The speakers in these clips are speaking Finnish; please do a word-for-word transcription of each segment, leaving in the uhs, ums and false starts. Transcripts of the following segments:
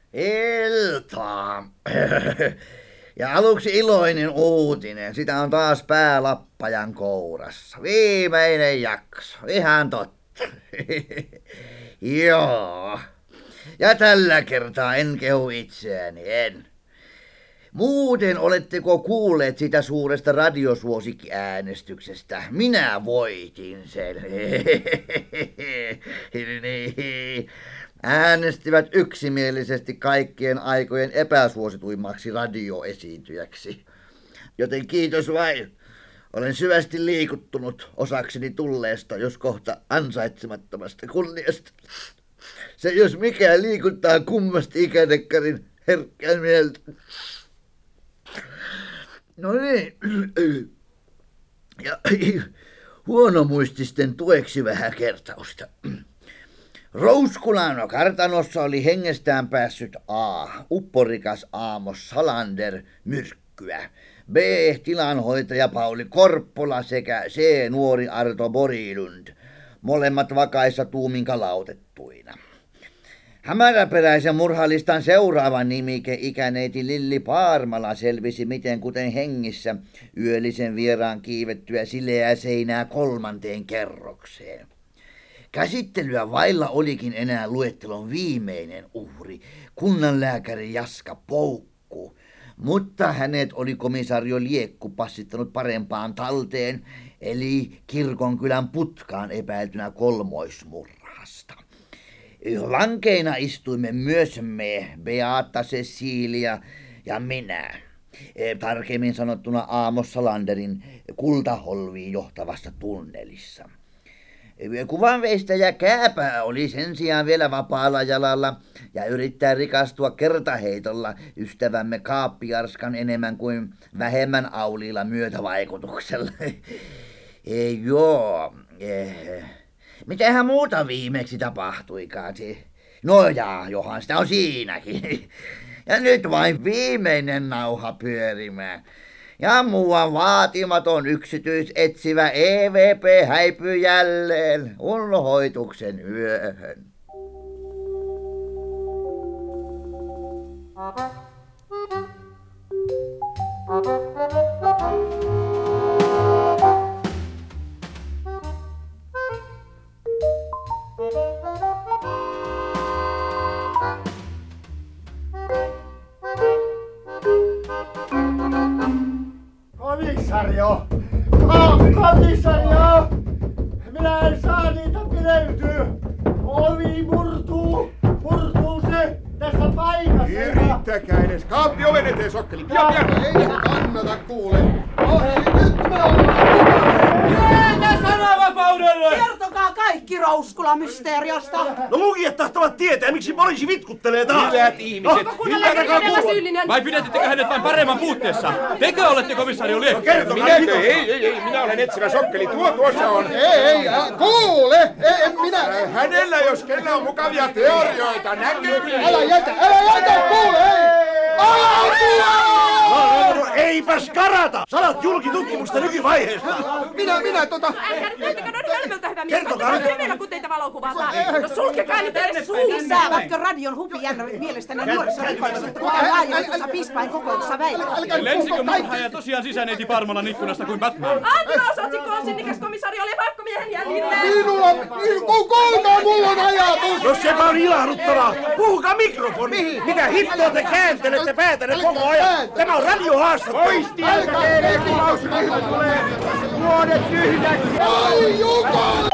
Iltaa. Ja aluksi iloinen uutinen. Sitä on taas päälappajan kourassa. Viimeinen jakso. Ihan totta. Joo. Ja tällä kertaa en kehu itseäni, en. Muuten oletteko kuulleet sitä suuresta radiosuosikkiäänestyksestä? Minä voitin sen. Niin. Äänestivät yksimielisesti kaikkien aikojen epäsuosituimmaksi radioesiintyjäksi. Joten kiitos vain. Olen syvästi liikuttunut osakseni tulleesta, jos kohta ansaitsemattomasta kunniasta. Se jos mikä liikuttaa kummasti ikänekkarin herkkää mieltä. No niin. Ja huonomuististen tueksi vähän kertausta. Rouskulano kartanossa oli hengestään päässyt A. Upporikas Aamos Salander myrkkyä. B. Tilanhoitaja Pauli Korppola sekä C. Nuori Arto Borilund. Molemmat vakaissa tuumin kalautettuina. Hämäräperäisen murhalistan seuraava nimike ikäneiti Lilli Paarmala selvisi miten kuten hengissä yöllisen vieraan kiivettyä sileää seinää kolmanteen kerrokseen. Käsittelyä vailla olikin enää luettelon viimeinen uhri, kunnanlääkäri Jaska Poukku, mutta hänet oli komisario Liekku passittanut parempaan talteen, eli Kirkonkylän Putkaan epäiltynä kolmoismurhasta. Vankeina istuimme myös me, Beata Cecilia ja minä, tarkemmin sanottuna Aamos Salanderin Kultaholviin johtavassa tunnelissa. Kuvanveistäjä Kääpä oli sen sijaan vielä vapaalla jalalla ja yrittää rikastua kertaheitolla ystävämme Kaappiarskan enemmän kuin vähemmän auliilla myötävaikutuksella. E, joo, eh. Mitähän muuta viimeksi tapahtuikaan? No jaa, johan sitä on siinäkin. Ja nyt vain viimeinen nauha pyörimään. Ja muuan vaatimaton yksityisetsivä E V P häipyy jälleen unhoituksen yöhön. Komisario! Komisario! Minä en saa niitä pideytyä! Ovi murtuu! Murtuu se tässä paikassa! Yrittäkää edes! Kaappi oven eteen, sokkeli! Pian, pian! Ei kannata kuule! No hei, nyt me ollaan! Myötä sananvapaudelle! Kertokaa kaikki Rouskula-mysteeriosta! No lukijat tahtovat tietää, miksi poliisi vitkuttelee taas! Hyvät ihmiset! Onko kunnanlääkäri edellä syyllinen? Vai pidättekö hänet vain paremman puutteessa? Tekö olette komisario Liekku? Minäkö? Ei, ei, ei, minä olen etsivä sokkeli. Tuo tuossa on. Ei, ei, äh, kuule! Ei, en minä... Äh, Hänellä, jos kellä on mukavia teorioita, näkyviä. Älä jätä, älä jätä, kuule, ei! Apua! No, no, no, eipäs karata! Sanat julkitutkimusta nykyvaiheesta! Minä, minä, tota... Älkää nyt näyttäkää noin hölmöltä hyvä mies. Kertokaa nyt. Katsokaa kun teitä valokuvataan. No sulkekaa nyt edes suu. Lisäävätkö radion hupijännärit mielestänne nuorisorikolliset, kun käy laajennetussa pispain kokouksessa väillä? Lensikö murhaaja tosiaan sisäneiti Parmolan ikkunasta kuin Batman? Antilausotsikko on sinnikäs komisario oli pakkomiehen jäljille. Minulla, kuulkaa, mulla on ajatus! No sepä on ilahduttavaa! Puhukaa mikrofoni! Mihin? Mitä hittoa te kääntelette päätänne koko ajan? Tämä on radiohaastattelu! Pois tieltä teille, kun lausumista tulee! Vuodet tyhjäksi! Ai Jukala!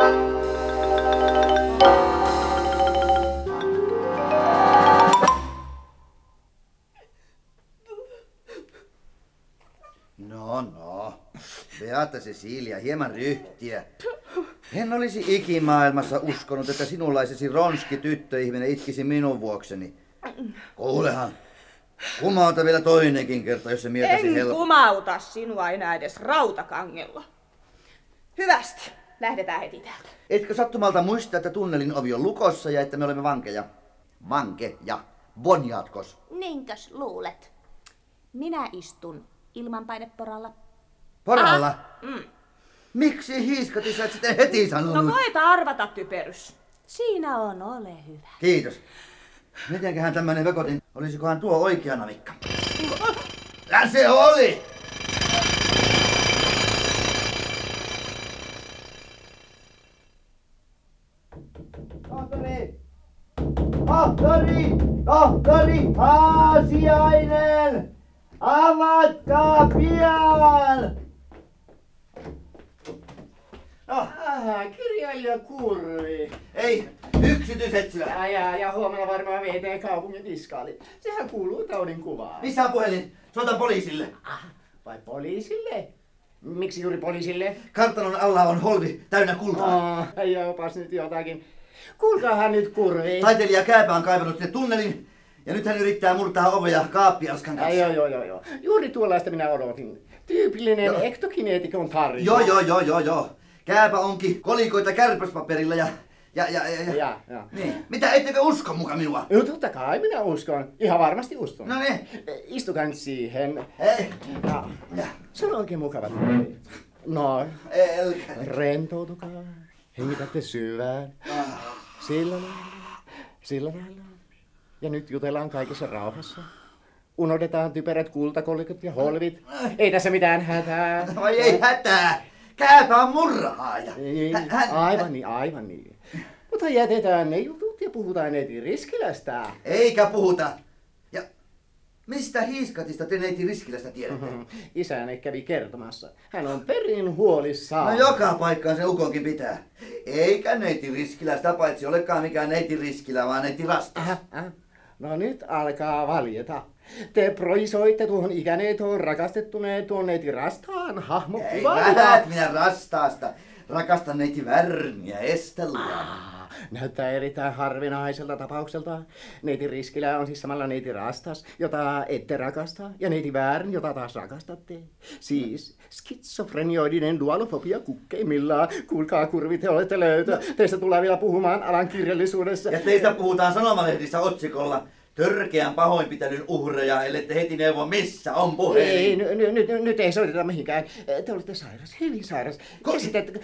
No, no. Beata Cecilia, hieman ryhtiä. En olisi ikimaailmassa uskonut, että sinunlaisesi ronski tyttöihminen itkisi minun vuokseni. Kuulehan, kumauta vielä toinenkin kerta, jos se mieltäsi En helppo. kumauta sinua enää edes rautakangella. Hyvästi, lähdetään heti täältä. Etkö sattumalta muista, että tunnelin ovi on lukossa ja että me olemme vankeja? Vankeja. Bonjatkos. Niinkös luulet? Minä istun ilmanpaineporalla. Poralla? Mm. Miksi hiiskati sä et sitten heti sanonut? No koeta arvata, typerys. Siinä on, ole hyvä. Kiitos. Mitenköhän tämmönen vekotin, olisikohan tuo oikea navikka? Ja se oli! Tohtori! Tohtori! Tohtori! Haasiainen! Avatkaa pian! No. Aha, kirjailija Kurvi. Ei, yksityisetsivä. Ja, ja, ja huomenna varmaan V T kaupungin viskaali. Sehän kuuluu taudin kuvaan. Missä on puhelin? Soitan poliisille. Ah, vai poliisille? Miksi juuri poliisille? Kartanon alla on holvi täynnä kultaa. Ah, jopas nyt jotakin. Kuulkaahan nyt Kurvi. Taiteilija Kääpä on kaivannut sinne tunnelin ja nyt hän yrittää murtaa ovea kaappiarskan kanssa. Joo, joo, joo, joo. Juuri tuollaista minä odotin. Tyypillinen joo. Ektokineetikon tarina. Joo, joo, joo, joo, joo. Kääpä onkin kolikoita kärpäspaperilla ja... Ja, ja, ja, ja. ja, ja. Niin. Mitä, ettekö usko muka minua? No totta kai minä uskon. Ihan varmasti uskon. No niin. Istukaa nyt siihen. Ei. Ja. Ja. Se on oikein mukava. No. Elkä. Rentoutukaa. Hengitätte syvään. Ah. Sillä lailla. Sillä lailla. Ja nyt jutellaan kaikessa rauhassa. Unohdetaan typerät kultakolikot ja holvit. Ei tässä mitään hätää. Vai ei hätää. Kääpä on murhaaja. Ei, Hän... aivan niin, aivan niin. Mutta jätetään ne jutut ja puhutaan neiti Riskilästä. Eikä puhuta. Ja mistä hiiskatista te neiti Riskilästä tiedätte? Mm-hmm. Isäni kävi kertomassa. Hän on perin huolissaan. No joka paikkaan se ukonkin pitää. Eikä neiti Riskilästä paitsi olekaan mikään neiti Riskilä, vaan neiti Rastas. Aha, aha. No nyt alkaa valjeta. Te projisoitte tuohon ikäneitoon rakastettuneen tuon neiti Rastaan hahmokuvaa. Ei vähät minä Rastaasta. Rakastan neiti Värniä Estellaa. Ah, näyttää erittäin harvinaiselta tapaukselta. Neiti Riskilä on siis samalla neiti Rastas, jota ette rakasta, ja neiti Värn, jota taas rakastatte. Siis skitsofrenioidinen dualofobia kukkeimmillaan. Kuulkaa Kurvi, te olette löytö. Teistä tullaan vielä puhumaan alan kirjallisuudessa. Ja teistä puhutaan sanomalehdissä otsikolla törkeän pahoinpitelyn uhreja, ellette heti neuvo missä on puhelin. Ei, nyt, nyt, nyt, nyt ei soiteta mihinkään. Te olette sairas, hyvin sairas. Käsitettekö?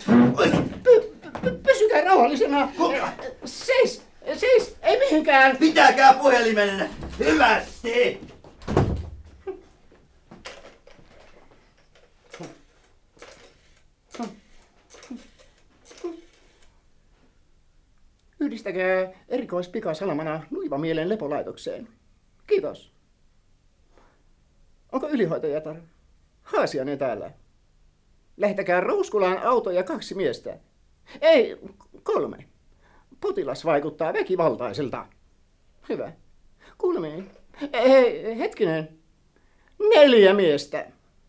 Pysykää rauhallisena. Kuka? Seis, seis, ei mihinkään. Pitäkää puhelimen hyvästi. Yhdistäkää erikoispikasalamana Nuivamielen lepolaitokseen. Kiitos. Onko ylihoitajatar? Haasiainen täällä. Lähettäkää Rouskulaan auto ja kaksi miestä. Ei, kolme. Potilas vaikuttaa väkivaltaiselta. Hyvä. Kuulemiin. Hei, hetkinen. Neljä miestä.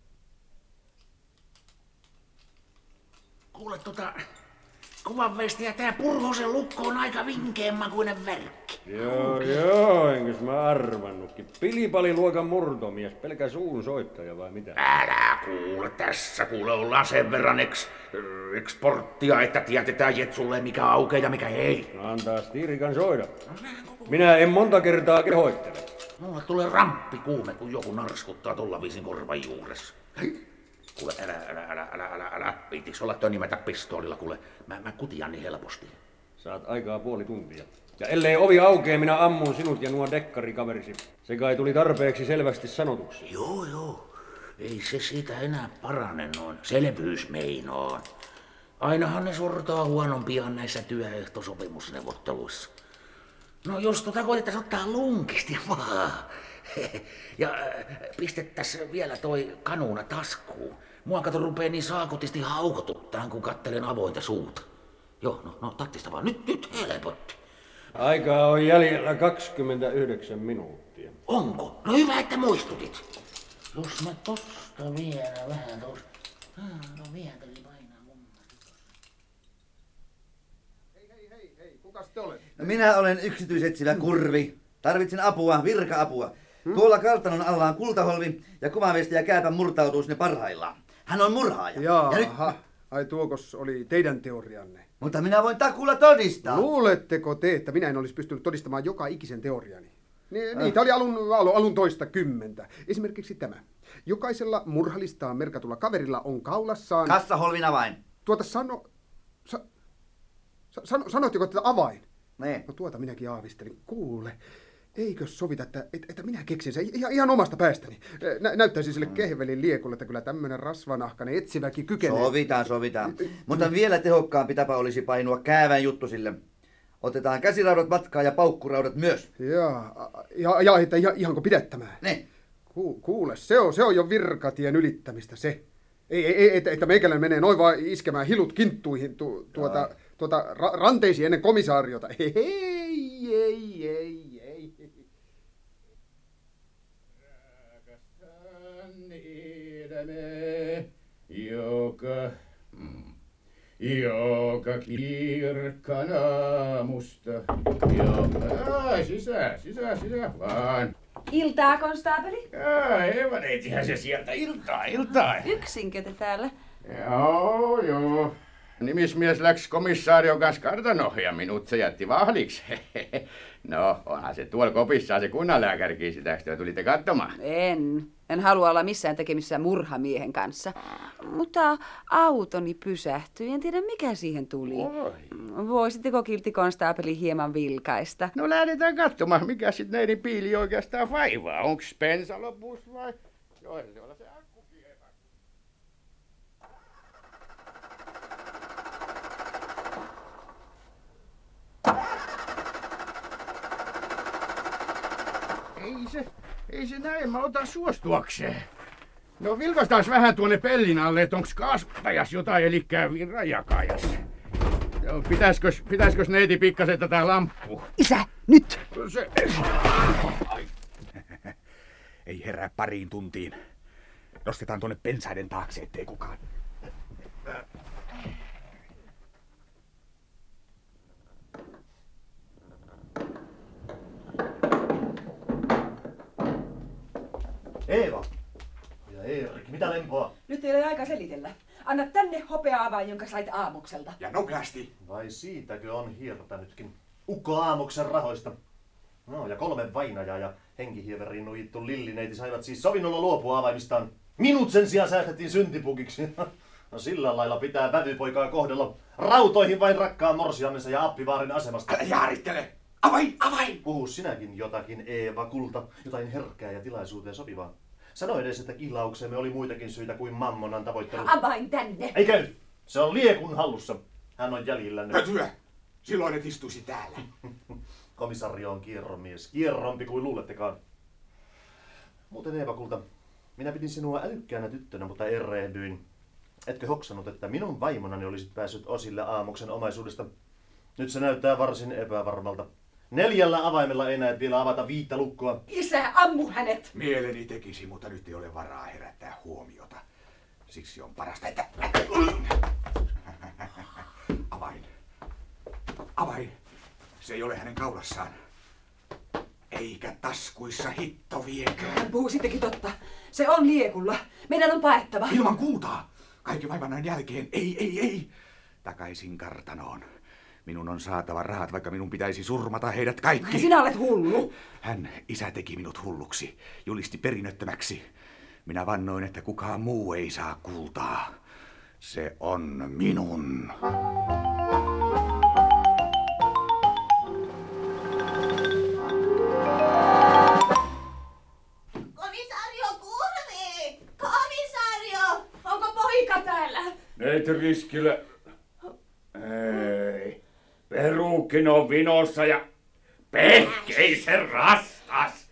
Kuule tota... Kuvanveistäjä, tää Purhosen lukko on aika vinkeänmakuinen verkki. Joo, joo, enkäs mä arvannutkin. Pilipaliluokan murtomies, pelkä suun soittaja vai mitä? Älä kuule, tässä kuule ollaan sen verran eks, eksporttia, että tietetään Jetsulle mikä aukeaa ja mikä ei. No antaa Stirikan soida. Minä en monta kertaa kehoittele. Mulla tulee ramppi kuume, kun joku narskuttaa tuolla viisin korvan juuressa. Kuule, älä, älä, älä, älä, älä, älä. Viitiks olla tönimätä pistoolilla, kuule. Mä, mä kutian niin helposti. Saat aikaa puoli tuntia. Ja ellei ovi aukee, minä ammun sinut ja nuo dekkarikaverisi. Se kai tuli tarpeeksi selvästi sanotuksi. Joo, joo. Ei se siitä enää parane noin selvyysmeinoon. Ainahan ne sortaa huonompiaan näissä työehtosopimusneuvotteluissa. No jos tota koetetais ottaa lunkisti vaan. Ja pistettäs vielä toi kanuuna taskuun. Mua kato rupee niin saakotisti haukotuttaan, kun kattelen avointa suuta. Joo, no, no tattista vaan. Nyt, nyt helpotti. Aikaa on jäljellä kaksikymmentäyhdeksän minuuttia. Onko? No hyvä, että muistutit. Jos mä tosta vielä vähän tosta. No vieteli painaa mun. Hei, hei, hei, hei, kukas te olette? No minä olen yksityisetsivä Kurvi. Tarvitsen apua, virka-apua. Hmm? Tuolla kartanon alla on kultaholvi ja kuvanveistäjä Kääpä murtautuu sinne parhaillaan. Hän on murhaaja. Jaaha, nyt... ai tuokos oli teidän teorianne. Mutta minä voin takuulla todistaa. Luuletteko te, että minä en olisi pystynyt todistamaan joka ikisen teoriani? Ni- niitä oli alun, alun, alun toista kymmentä. Esimerkiksi tämä. Jokaisella murhalistaan merkatulla kaverilla on kaulassaan... Kassaholvin avain. Tuota sano... Sa, sa, sano sanoitteko tätä avain? Ne. No tuota minäkin aavistelin. Kuule. Eikö sovita, että, että, että minä keksin sen ihan, ihan omasta päästäni? Nä, näyttäisin sille kehvelin liekulle, että kyllä tämmöinen rasvanahkainen etsiväkin kykenee. Sovitaan, sovitaan. Mutta vielä tehokkaampi tapa olisi painua käävän juttu sille. Otetaan käsiraudat matkaan ja paukkuraudat myös. Ja, ja, ja että ihan, ihanko pidättämään? Ne. Ku, kuule, se on, se on jo virkatien ylittämistä se. Ei, ei, että, että meikäläinen menee noin vaan iskemään hilut kinttuihin tu, tuota, tuota, ra, ranteisiin ennen komisaariota. Ei, ei, ei, ei, ei. Rakastan idämme, joka, joka kirkkana aamusta. Joo, sisään, sisään, sisään vaan. Iltaa, konstaapeli. Jaa, evaneitihän se sieltä. Iltaa, iltaa. Yksinkö te täällä? Joo, joo. Nimismies läks komissaarion kanssa kartanoihin ja minut se jätti vahdiksi. No, onhan se tuolla kopissaan se kunnanlääkärikin sitä, sitä tulitte katsomaan. En. En halua olla missään tekemissä murhamiehen kanssa. Mutta autoni pysähtyi. En tiedä, mikä siihen tuli. Oi. Voisitteko kilttikonstaapeli hieman vilkaista? No lähdetään katsomaan, mikä sitten neidin piili oikeastaan vaivaa. Onks bensa lopus vai? Joo, se olla se akkukin epä. Ei se, ei se näin, mä otan suostuakseen. No vilkaistaan vähän tuonne pellin alle, että onks kaasuttajas jotain, elikkä virranjakajas. No, pitäiskös, pitäiskös neiti pikkasen tätä lamppua? Isä, nyt! Se... Ai. Ei herää pariin tuntiin. Nostetaan tuonne pensaiden taakse, ettei kukaan. Eeva! Ja Eerik, mitä lempoa? Nyt ei ole aika selitellä. Anna tänne hopea-avain, jonka sait aamukselta. Ja nopeasti! Vai siitäkö on hiertänytkin? Ukko Aamuksen rahoista. No, ja kolme vainajaa ja henkihieveriin nujittu lillineiti saivat siis sovinnolla luopua avaimistaan. Minut sen sijaan säästettiin syntipukiksi. No sillä lailla pitää vävypoikaa kohdella. Rautoihin vain rakkaan morsiamensa ja appivaarin asemasta. Älä jaarittele! Avain, avain! Puhu sinäkin jotakin, Eeva Kulta, jotain herkkää ja tilaisuuteen sopivaa. Sano edes, että kihlaukseemme oli muitakin syitä kuin mammonan tavoittelu. Avain tänne! Ei käy! Se on liekun hallussa. Hän on jäljillä nyt. Hyvä! Silloin et istuisi täällä. Komisario on kierromies. Kierrompi kuin luulettekaan. Muuten Eeva Kulta, minä pidin sinua älykkäänä tyttönä, mutta erehdyin. Etkö hoksannut, että minun vaimonani olisit päässyt osille Aamuksen omaisuudesta? Nyt se näyttää varsin epävarmalta. Neljällä avaimella ei näet vielä avata viittä lukkoa. Isä, ammu hänet! Mieleni tekisi, mutta nyt ei ole varaa herättää huomiota. Siksi on parasta, että... Avain. Avain. Se ei ole hänen kaulassaan. Eikä taskuissa hitto viekö. Hän puhuu sittenkin totta. Se on liekulla. Meidän on paettava. Ilman kultaa. Kaikki vaivannan jälkeen. Ei, ei, ei. Takaisin kartanoon. Minun on saatava rahat, vaikka minun pitäisi surmata heidät kaikki. Sinä olet hullu. Hän, isä, teki minut hulluksi. Julisti perinnöttömäksi. Minä vannoin, että kukaan muu ei saa kultaa. Se on minun. Komisario Kurvi! Komisario! Onko poika täällä? Neiti Riskilä. Ei. Perukin on vinossa ja pehkeisen rastas.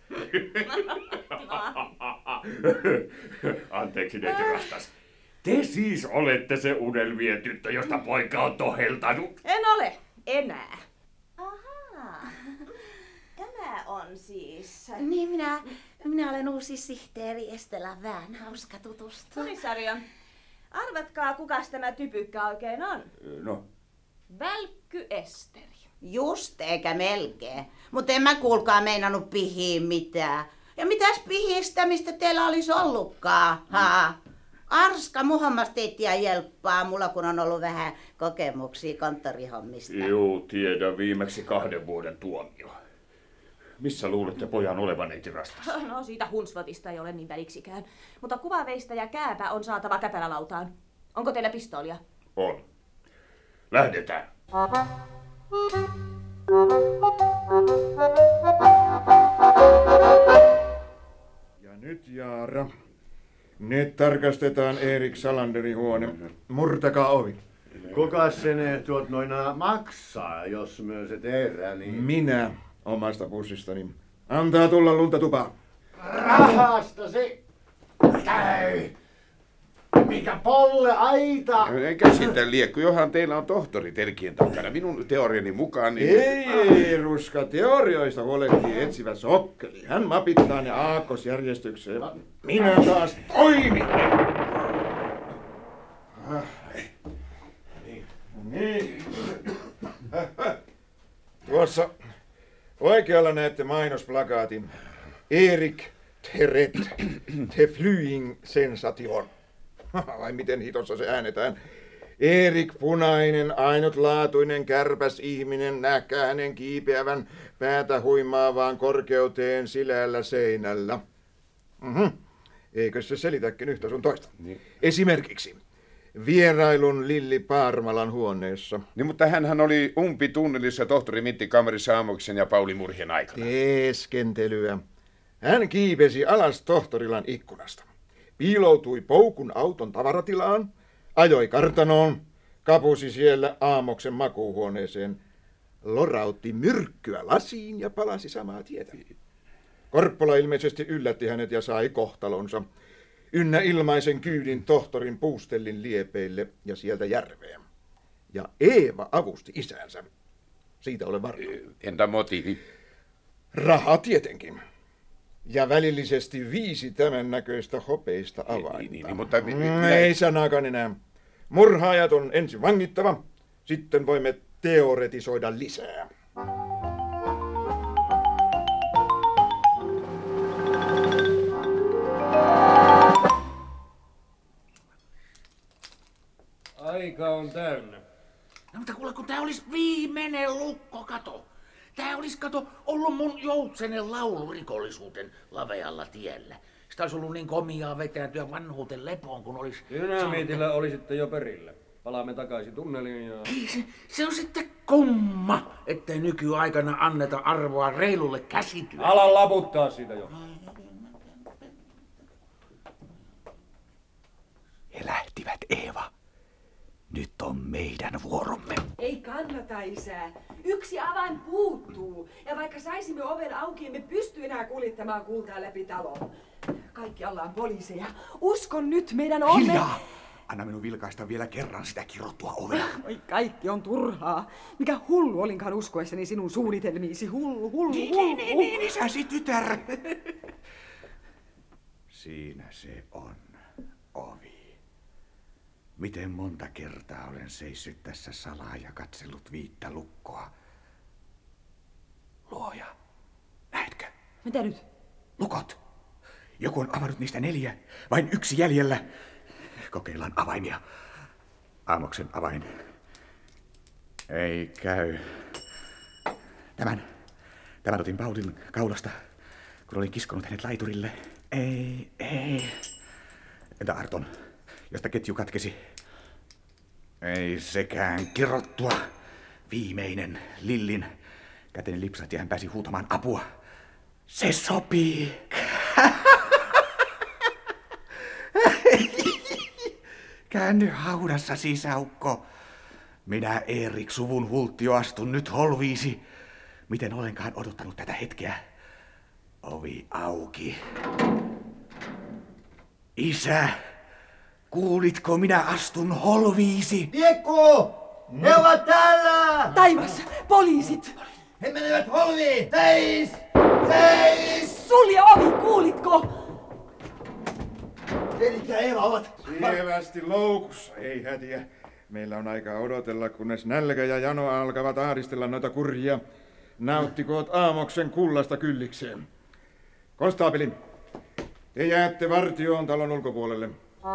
Anteeksi, neiti rastas. Te siis olette se unelmien tyttö, josta poika on toheltanut. En ole enää. Ahaa. Tämä on siis... Niin, minä, minä olen uusi sihteeri Estela Vään. Hauska tutustua. Komisario, arvatkaa kukas tämä typykkä oikein on? No. Välkky Esteri. Just eikä melkein. Mutta en mä kuulkaa meinannut pihiä mitään. Ja mitäs pihistämistä teillä olisi ollutkaan? Ha? Arska muhammasteittiä jelppaa mulla, kun on ollut vähän kokemuksia konttorihommista. Juu, tiedän viimeksi kahden vuoden tuomio. Missä luulette pojan olevan, neiti rastas? No siitä hunsvatista ei ole niin väliksikään. Mutta kuvaveistä ja kääpä on saatava käpälälautaan. Onko teillä pistoolia? On. Lähdetään. Thank you. Herra, nyt tarkastetaan Erik Salanderin huone. Murtakaa ovi. Kuka sen tuot noina maksaa, jos myös se tehdään, niin... Minä omasta pussistani. Antaa tulla lunta tupaan. Rahasta se käy. Mikä polle aita? En käsitä liekku, johan teillä on tohtori telkien takana. Minun teoriani mukaan niin... Ei, ei, ruska. Teorioista huolehtii etsivä sokkeli. Hän mapittaa ne aakkosjärjestykseen. Minä taas toimin. Niin. Tuossa oikealla näette mainosplakaatin. Erik Teret, The Flying Sensation. Vai miten hitossa se äänetään? Erik Punainen, ainutlaatuinen kärpäs ihminen, nähkää hänen kiipeävän päätä huimaavaan korkeuteen sileällä seinällä. Mm-hmm. Eikö se selitäkin yhtä sun toista? Niin. Esimerkiksi vierailun Lilli Paarmalan huoneessa. Niin, mutta hänhän oli umpitunnelissa tohtori Mitti Kammerissa Aamoksen ja Pauli Murhien aikana. Teeskentelyä. Hän kiipesi alas tohtorilan ikkunasta. Piiloutui Poukun auton tavaratilaan, ajoi kartanoon, kapusi siellä Aamoksen makuuhuoneeseen, lorautti myrkkyä lasiin ja palasi samaa tietä. Korppola ilmeisesti yllätti hänet ja sai kohtalonsa. Ynnä ilmaisen kyydin tohtorin puustellin liepeille ja sieltä järveen. Ja Eeva avusti isäänsä. Siitä olen varma. Entä motiivi? Raha tietenkin. Ja välillisesti viisi tämän näköistä hopeista avainta. Niin, niin, mutta... Mm, ei sanakaan enää. Murhaajat on ensin vangittava, sitten voimme teoretisoida lisää. Aika on täynnä. No mutta kuule, kun tää olisi viimeinen lukko, kato. Tää olisi, kato, ollut mun joutsenen laulurikollisuuden lavealla tiellä. Sitä olisi ollut niin komiaa vetääntyä vanhuuten lepoon, kun olisi... Dynamiitilla saanut... olisitte jo perillä. Palaamme takaisin tunneliin ja... Ei, se, se on sitten kumma, ettei nykyaikana anneta arvoa reilulle käsityölle. Ala laputtaa siitä jo. He lähtivät, Eeva. Nyt on meidän vuoromme. Ei kannata, isä. Yksi avain puuttuu. Ja vaikka saisimme oven auki, emme pysty enää kuljettamaan kultaa läpi talon. Kaikki ollaan poliiseja. Uskon nyt meidän onne... Hiljaa! Anna minun vilkaista vielä kerran sitä kirottua ovea. Oi, kaikki on turhaa. Mikä hullu olinkaan uskoessani sinun suunnitelmiisi. Hullu, hullu, niin, hullu. Niin, niin, niin, isäsi tytär. Siinä se on, ovi. Miten monta kertaa olen seissyt tässä salaa ja katsellut viittä lukkoa. Luoja, näetkö? Mitä nyt? Lukot. Joku on avannut niistä neljä, vain yksi jäljellä. Kokeillaan avaimia. Aamoksen avain. Ei käy. Tämän. Tämän otin Paulin kaulasta, kun olin kiskonut hänet laiturille. Ei, ei. Entä Arton, josta ketju katkesi? Ei sekään kirottua. Viimeinen Lillin. Käteni lipsahti ja hän pääsi huutamaan apua. Se sopii. Käänny haudassa, sisaukko. Minä, Erik, suvun hulttio, astun nyt holviisi. Miten olenkaan odottanut tätä hetkeä? Ovi auki. Isä, kuulitko, minä astun holviisi? Piekku! Ne ovat täällä! Taivas, poliisit! He menevät holviin! Seis! Seis! Sulje ovi, kuulitko? Erik ja Eeva ovat... Sievästi loukussa, ei hätiä. Meillä on aikaa odotella, kunnes nälkä ja jano alkavat ahdistella noita kurjia. Nauttikoot Aamoksen kullasta kyllikseen. Konstaapeli, te jäätte vartioon talon ulkopuolelle.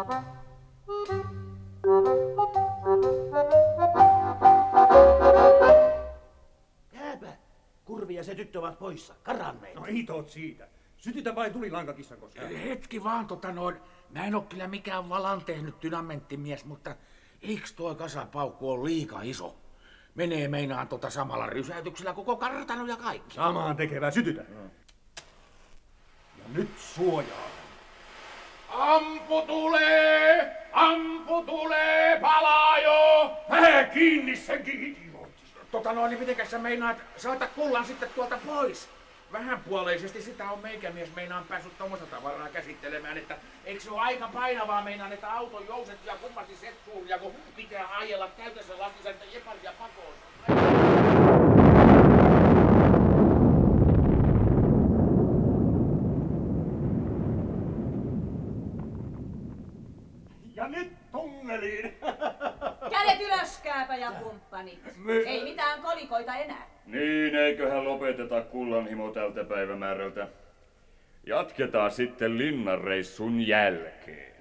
Jääpä! Kurvi ja se tyttö ovat poissa. Karanneet. No hitot siitä. Sytytä vain tulilankakissan koskaan. Hetki vaan, tota noin. Mä en oo kyllä mikään valan tehnyt dynamenttimies, mutta eiks toi kasapaukku on liika iso? Menee meinaan tota samalla rysäytyksellä koko kartano ja kaikki. Samaan tekevää, sytytä. Ja nyt suojaa. Ampu tulee! Ampu tulee! Palaa jo! Vähän kiinni senkin idiootti. Tota noin, niin mitenkäs sä meinaat saata kullan sitten tuolta pois? Vähänpuoleisesti sitä on meikämies meinaan päässyt tommoista tavaraa käsittelemään, että eikö se ole aika painavaa meinaan, että auton jouset ja kummasti setsuuria, kun pitää ajella täytässä lastisen jeparia pakoon. Ja nyt tunneliin! Kädet ylös, Kääpä ja kumppanit. Me- Ei mitään kolikoita enää. Niin, eiköhän lopeteta kullanhimo tältä päivämäärältä. Jatketaan sitten linnanreissun jälkeen.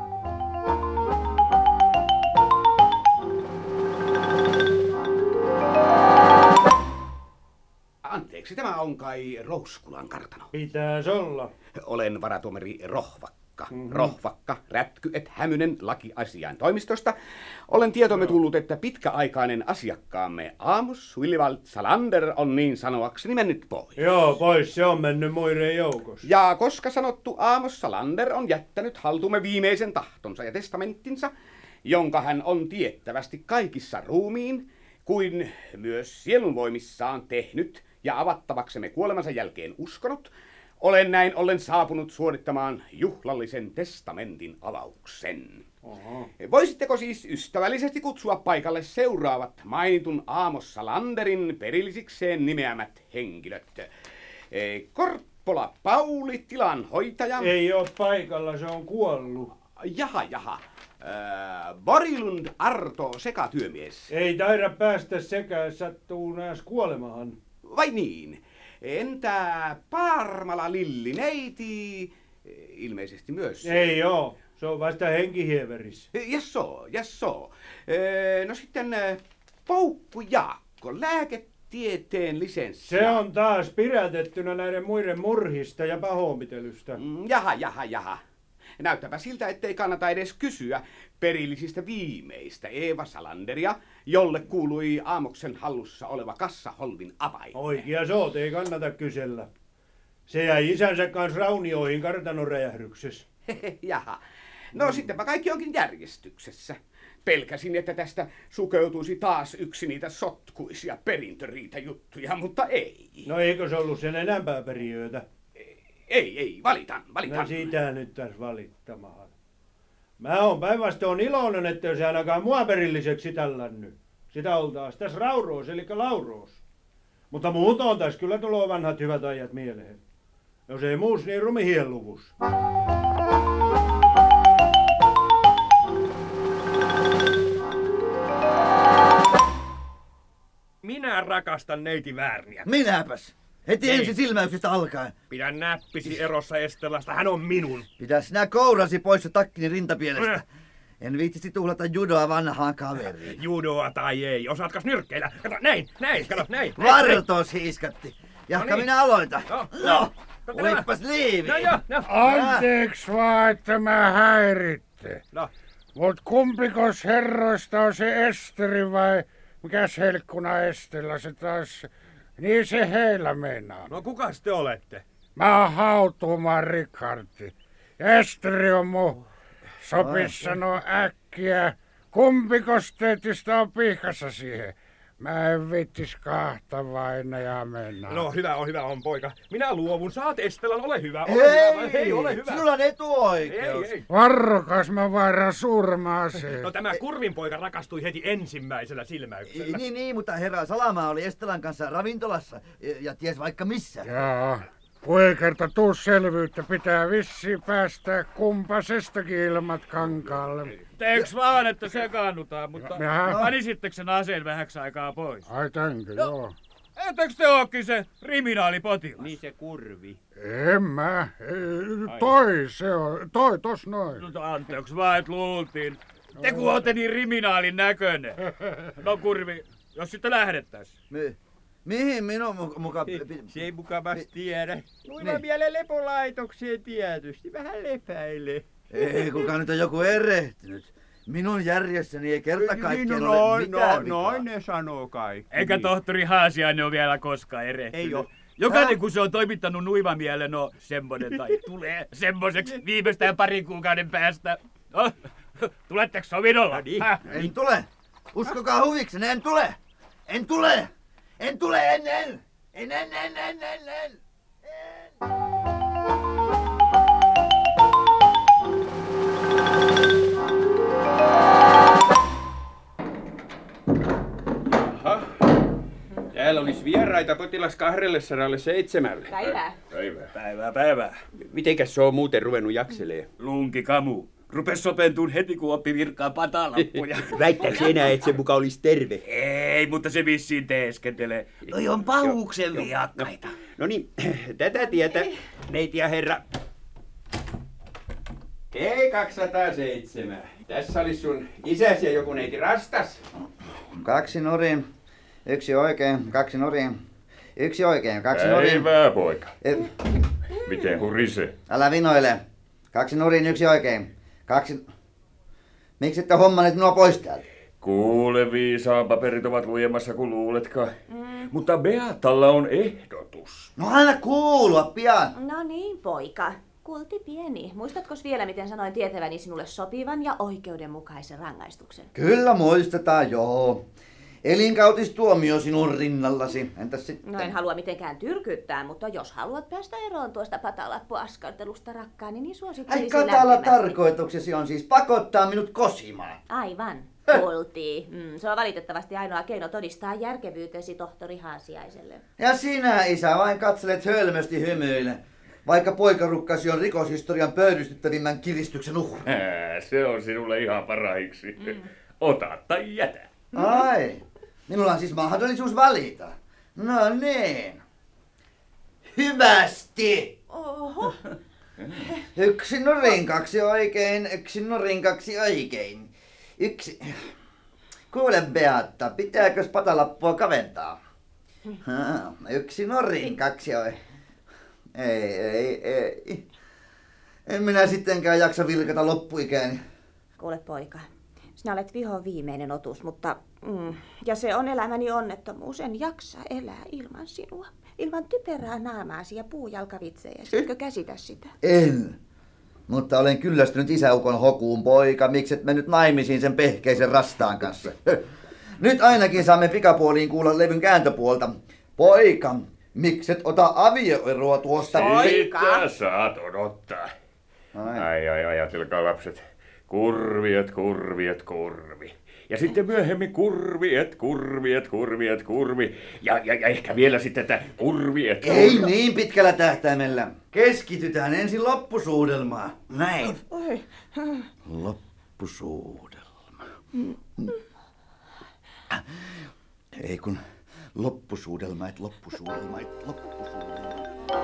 Anteeksi, tämä on kai Rouskulan kartano. Pitäis olla. Olen varatuomari Rohvakka. Mm-hmm. Rohvakka, Rätky et Hämynen lakiasiain toimistosta. Olen tietomme tullut, että pitkäaikainen asiakkaamme Amos Willivald Salander on niin sanoakseni mennyt pois. Joo, pois se on mennyt muiden joukossa. Ja koska sanottu Amos Salander on jättänyt haltuumme viimeisen tahtonsa ja testamenttinsa, jonka hän on tiettävästi kaikissa ruumiin, kuin myös sielunvoimissaan tehnyt ja avattavaksemme kuolemansa jälkeen uskonut, olen näin ollen saapunut suorittamaan juhlallisen testamentin avauksen. Oho. Voisitteko siis ystävällisesti kutsua paikalle seuraavat mainitun Amos Salanderin perillisikseen nimeämät henkilöt? Eh, Korppola Pauli, tilanhoitaja. Ei oo paikalla, se on kuollut. Jaha, jaha. Äh, Borilund Arto, sekatyömies. Ei taida päästä sekä sattuu nääs kuolemahan. Vai niin? Entä Parmala Lilli neiti? Ilmeisesti myös. Ei oo, se on vasta henkihieveris. Jasso, jasso. No sitten Poukku Jaakko, lääketieteen lisenssi. Se on taas pidätettynä näiden muiden murhista ja pahoinpitelystä. Jaha, jaha, jaha. Näyttäpä siltä, ettei kannata edes kysyä perillisistä viimeistä Eeva Salanderia, jolle kuului Aamoksen hallussa oleva kassaholvin avain. Oikea soot, ei kannata kysellä. Se jäi isänsä kanssa raunioihin kartanon räjähdyksessä. Jaha. No mm. sittenpä kaikki onkin järjestyksessä. Pelkäsin, että tästä sukeutuisi taas yksi niitä sotkuisia perintöriitajuttuja, mutta ei. No eikö se ollut sen enempää perijöitä? Ei, ei, valitan, valitan. No siitä nyt tässä valittamaan. Mä oon päinvastoin iloinen, ettei se ainakaan mua perilliseksi tällännyt. Sitä oltaas tässä rauroos, eli lauroos. Mutta muutoin tässä kyllä tuloo vanhat hyvät ajat mieleen. Jos ei muus, niin rumihien luvus. Minä rakastan neiti Väärniä. Minäpäs. Heti Niin. ensi silmäyksestä alkaen. Pidä näppisi erossa Estelasta, hän on minun. Pidä sinä kourasi pois ja takkini rintapielestä. En viitsisi tuhlata judoa vanhaan kaveriin. Judoa tai ei, osaatkas nyrkkeillä? Kato, näin, näin, kato, näin. Vartos hiiskatti. Jahka No niin. minä aloitan. No, No, no, olipas liivi. No joo, no. Anteeksi vaan, että mä häiritte. No. Mut kumpikos herroista on se Esteri vai mikäs helkkuna Estellä se taas... Niin se heillä meinaa. No kukas te olette? Mä oon Hautuumaan Rikardi. Esteri on mu. Sopis sanoa äkkiä. Kumpikos teetistä on pihkassa siihen? Mä en vittis kahta vainajaa mennä. No hyvä on, hyvä on poika. Minä luovun, saat Estelan, ole hyvä. Ole Hei, hyvä. Hei, ole hyvä. sinulla on etuoikeus. Ei, ei. Varrokas mä vairan surmaaseen. No tämä kurvin poika rakastui heti ensimmäisellä silmäyksellä. Niin, niin, mutta herra Salamaa oli Estelan kanssa ravintolassa ja, ja ties vaikka missä. Jaa. Kun ei kerta tuu selvyyttä, pitää vissiin päästä kumpasestakin ilmat kankaalle. Teeks vaan, että sekaannutaan, mutta Jaha. panisittekö sen aseen vähäksi aikaa pois? Ai tänkö, No. joo. Etteikö te ookin se kriminaalipotilas? Niin se kurvi. En mä. Ei, toi se on. Toi tos noin. No anteeksi vaan, et luultiin. Te kun ootte niin kriminaalin näköinen. No kurvi, jos sitten lähdettäis. Mi- mihin minun muka... muka Se ei mukavasti tiedä. Muilla Niin. vielä lepolaitokseen tietysti. Vähän lepäilee. Ei, kuka nyt on joku erehtynyt. Minun järjessäni ei kerta kaikkiaan no, ole mitään no, vikaa. noin ne sanoo kaikki. Eikä tohtori Haasiainen ole vielä koskaan erehtynyt. Ei oo. Jokainen, kun se on toimittanut nuivamielen, no semmonen tai tulee semmoiseksi viimeistään parin kuukauden päästä. No, tuletteko sovinnolla? No niin. En tule. Uskokaa huviksen, en tule. En tule. En tule, en, en. En, en, en, en, en, en. Aha. Täällä olisi vieraita potilas kahdelle sadalle seitsemälle. Päivää. Päivää. Päivää, päivää. Mitenkäs se on muuten ruvennut jakselee? Lunki kamu. Rupes sopentuun heti, kun oppi virkaa patalappuja. Väittääkö enää, että se muka olisi terve? Ei, mutta se vissiin teeskentelee. Noi on pahuksen viakkaita. No, no niin, tätä tietä, neiti ja herra. Hei, kaksisataaseitsemän. Tässä olisi sun isäsi ja joku neiti Rastas. Kaksi nurin, yksi oikein, kaksi nurin, yksi oikein, kaksi nurin. Päivää, poika. E- Miten hurise? Älä vinoile. Kaksi nurin, yksi oikein. Kaksi... Miksi ette hommanneet minua pois täältä? Kuule, viisaan paperit ovat lujemmassa kuin luuletkaan. Mm. Mutta Beatalla on ehdotus. No anna kuulua pian. No niin, poika. Kulti pieni. Muistatko vielä, miten sanoin tietäväni sinulle sopivan ja oikeudenmukaisen rangaistuksen? Kyllä muistetaan, joo. Elinkautistuomio sinun rinnallasi. Entäs sitten? No en halua mitenkään tyrkyttää, mutta jos haluat päästä eroon tuosta patalappuaskartelusta rakkaani, niin suosittelisin Ai katala lämpimästi. Tarkoituksesi on siis pakottaa minut kosimaan. Aivan. Kulti. Mm, se on valitettavasti ainoa keino todistaa järkevyytesi tohtori Haasiaiselle. Ja sinä, isä, vain katselet hölmösti hymyille. Vaikka poikarukkasi on rikoshistorian pöyristyttävimmän kiristyksen uhri. Ää, se on sinulle ihan parahiksi. Mm. Ota tai jätä. Ai, minulla on siis mahdollisuus valita. No niin. Hyvästi. Oho. Yksi nurin, kaksi oikein, yksi nurin, kaksi oikein. Yksi... Kuule Beatta, pitääkös patalappua kaventaa? Ha, yksi nurin, kaksi oikein. Ei, ei, ei. En minä sittenkään jaksa vilkata loppuikäni. Kuule poika, sinä olet vihon viimeinen otus, mutta... Mm, ja se on elämäni onnettomuus, en jaksa elää ilman sinua. Ilman typerää naamaasi ja puujalkavitsejä. Etkö käsitä sitä? En. Mutta olen kyllästynyt isäukon hokuun, poika. Mikset mennyt naimisiin sen pehkeisen rastaan kanssa? Nyt ainakin saamme pikapuoliin kuulla levyn kääntöpuolta. Poika, mikset ota avioeroa tuosta? Sitä saat odottaa. Ai. ai ai, ajatelkaa lapset. Kurviet, kurviet, kurvi. Ja sitten myöhemmin kurviet, kurviet, kurviet, kurvi. Ja, ja, ja ehkä vielä sitten tätä kurviet. Ei niin pitkällä tähtäimellä. Keskitytään ensin loppusuudelmaan. Näin. Oi. Loppusuudelma. Ei kun loppusuudelma, et loppusuudelma, et loppusuudelma.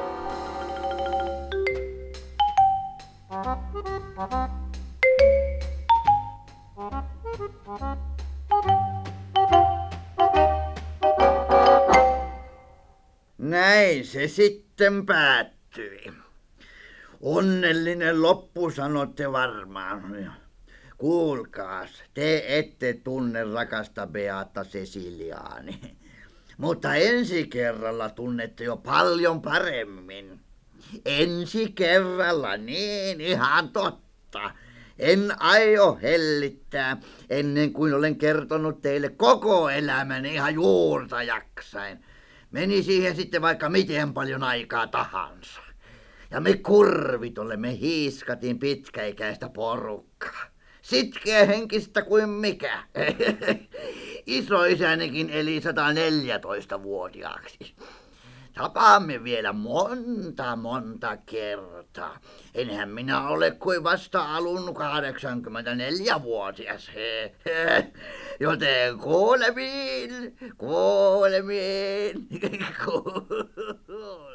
Näin se sitten päättyi. Onnellinen loppu sanotte varmaan. Kuulkaas, te ette tunne rakasta Beata Ceciliaani. Mutta ensi kerralla tunnette jo paljon paremmin. Ensi kerralla, niin ihan totta. En aio hellittää ennen kuin olen kertonut teille koko elämäni ihan juurta jaksain. Meni siihen sitten vaikka miten paljon aikaa tahansa. Ja me kurvit olemme hiiskatin pitkäikäistä porukkaa. Sitkeä henkistä kuin mikä. Isoisänikin eli sata neljätoista-vuotiaaksi. Tapaamme vielä monta, monta kertaa. Enhän minä ole kuin vasta alun kahdeksankymmentäneljä-vuotias. Joten kuulemiin, kuulemiin, kuulemiin.